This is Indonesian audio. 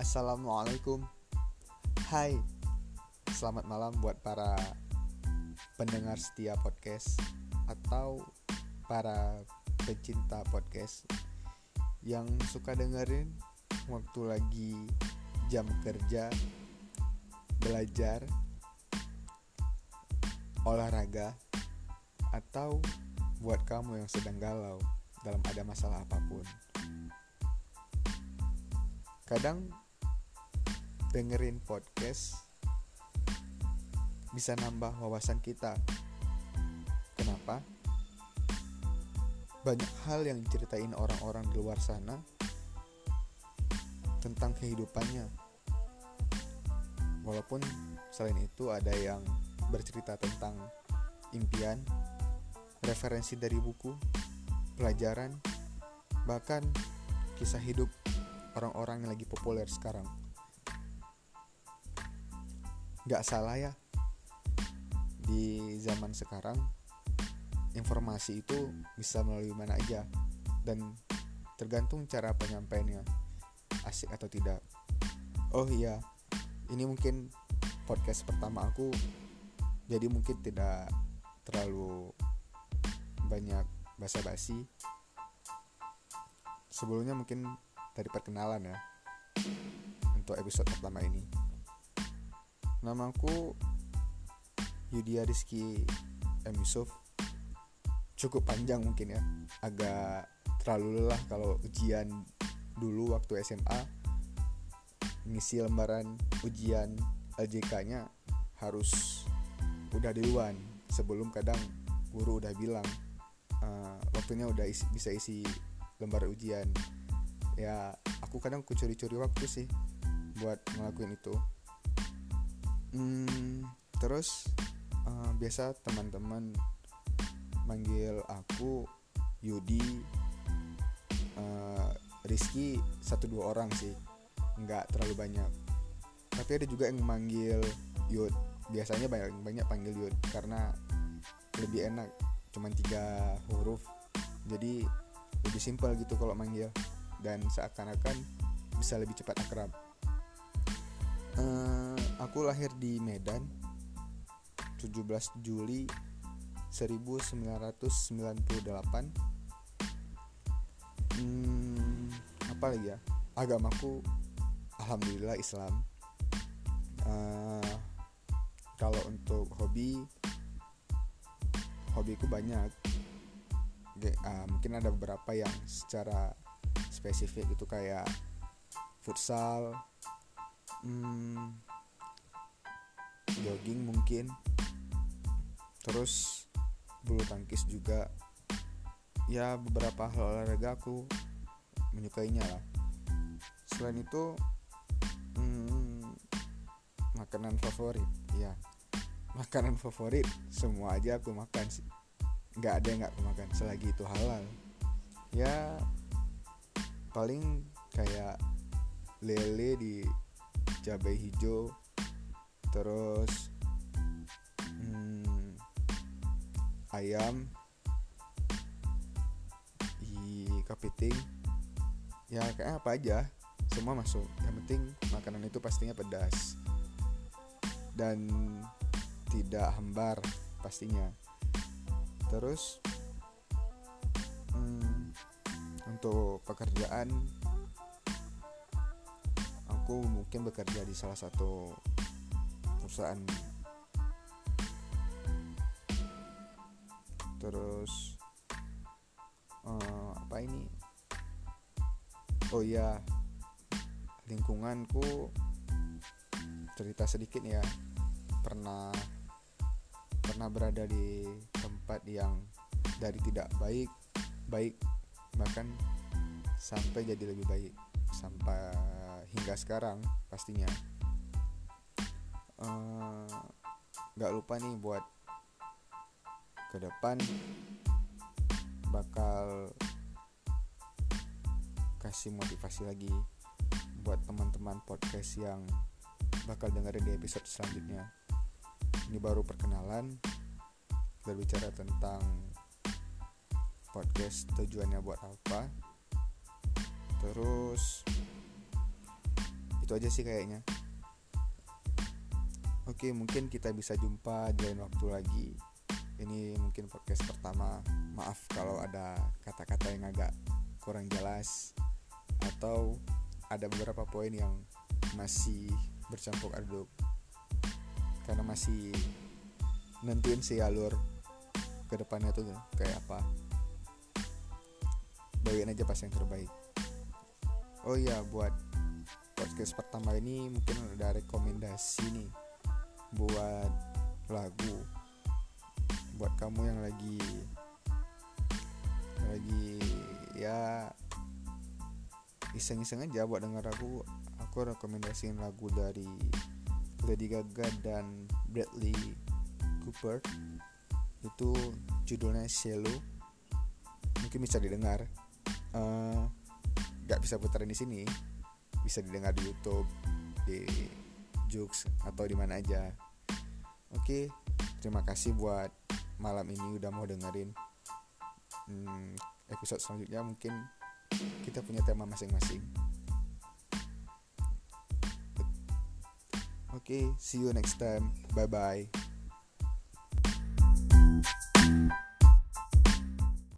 Assalamualaikum. Hai, selamat malam buat para pendengar setia podcast atau para pecinta podcast yang suka dengerin waktu lagi jam kerja, belajar, olahraga, atau buat kamu yang sedang galau dalam ada masalah apapun. Kadang dengerin podcast bisa nambah wawasan kita. Kenapa? Banyak hal yang diceritain orang-orang di luar sana tentang kehidupannya. Walaupun selain itu ada yang bercerita tentang impian, referensi dari buku, pelajaran, bahkan kisah hidup orang-orang yang lagi populer sekarang. Gak salah ya, di zaman sekarang informasi itu bisa melalui mana aja dan tergantung cara penyampaiannya, asik atau tidak. Oh iya, ini mungkin podcast pertama aku, jadi mungkin tidak terlalu banyak basa-basi. Sebelumnya mungkin dari perkenalan ya, untuk episode pertama ini. Namaku Yudia Rizky M. Yusuf. Cukup panjang mungkin ya, agak terlalu lelah kalau ujian dulu waktu SMA. Ngisi lembaran ujian LJK-nya harus udah duluan, sebelum kadang guru udah bilang waktunya udah bisa isi lembar ujian. Ya aku kadang kucuri-curi waktu sih buat ngelakuin itu. Terus biasa teman-teman manggil aku Yudi, Rizky 1-2 orang sih, nggak terlalu banyak. Tapi ada juga yang manggil Yud. Biasanya banyak panggil Yud karena lebih enak, cuman 3 huruf, jadi lebih simpel gitu kalau manggil, dan seakan-akan bisa lebih cepat akrab. Aku lahir di Medan 17 Juli 1998. Apa lagi ya? Agamaku alhamdulillah Islam. Kalau untuk hobiku banyak. Mungkin ada beberapa yang secara spesifik itu kayak futsal, jogging mungkin, terus bulu tangkis juga. Ya beberapa hal olahraga aku menyukainya lah. Selain itu makanan favorit, ya makanan favorit semua aja aku makan sih. Nggak ada yang nggak aku makan selagi itu halal. Ya paling kayak lele di cabai hijau, terus ayam di kepiting. Ya kayak apa aja semua masuk. Yang penting makanan itu pastinya pedas dan tidak hambar pastinya. Terus untuk pekerjaan, aku mungkin bekerja di salah satu perusahaan. Terus apa ini? Oh iya, lingkunganku, cerita sedikit ya. Pernah berada di tempat yang dari tidak baik, bahkan sampai jadi lebih baik, sampai hingga sekarang pastinya. Gak lupa nih buat ke depan bakal kasih motivasi lagi buat teman-teman podcast yang bakal dengerin di episode selanjutnya. Ini baru perkenalan, berbicara tentang podcast tujuannya buat apa. Terus Itu aja sih kayaknya. Oke, mungkin kita bisa jumpa di lain waktu lagi. Ini mungkin podcast pertama. Maaf kalau ada kata-kata yang agak kurang jelas atau ada beberapa poin yang masih bercampur aduk, karena masih nentuin sih alur ke depannya tuh kayak apa. Bawain aja pas yang terbaik. Oh iya, buat podcast pertama ini mungkin ada rekomendasi nih buat lagu, buat kamu yang lagi ya iseng-iseng aja buat denger lagu. Aku rekomendasiin lagu dari Lady Gaga dan Bradley Cooper. Itu judulnya Shallow. Mungkin bisa didengar. Gak bisa putarin di sini, bisa didengar di YouTube, di Joox atau di mana aja. Oke, terima kasih buat malam ini udah mau dengerin. Episode selanjutnya mungkin kita punya tema masing-masing. Oke, see you next time. Bye bye.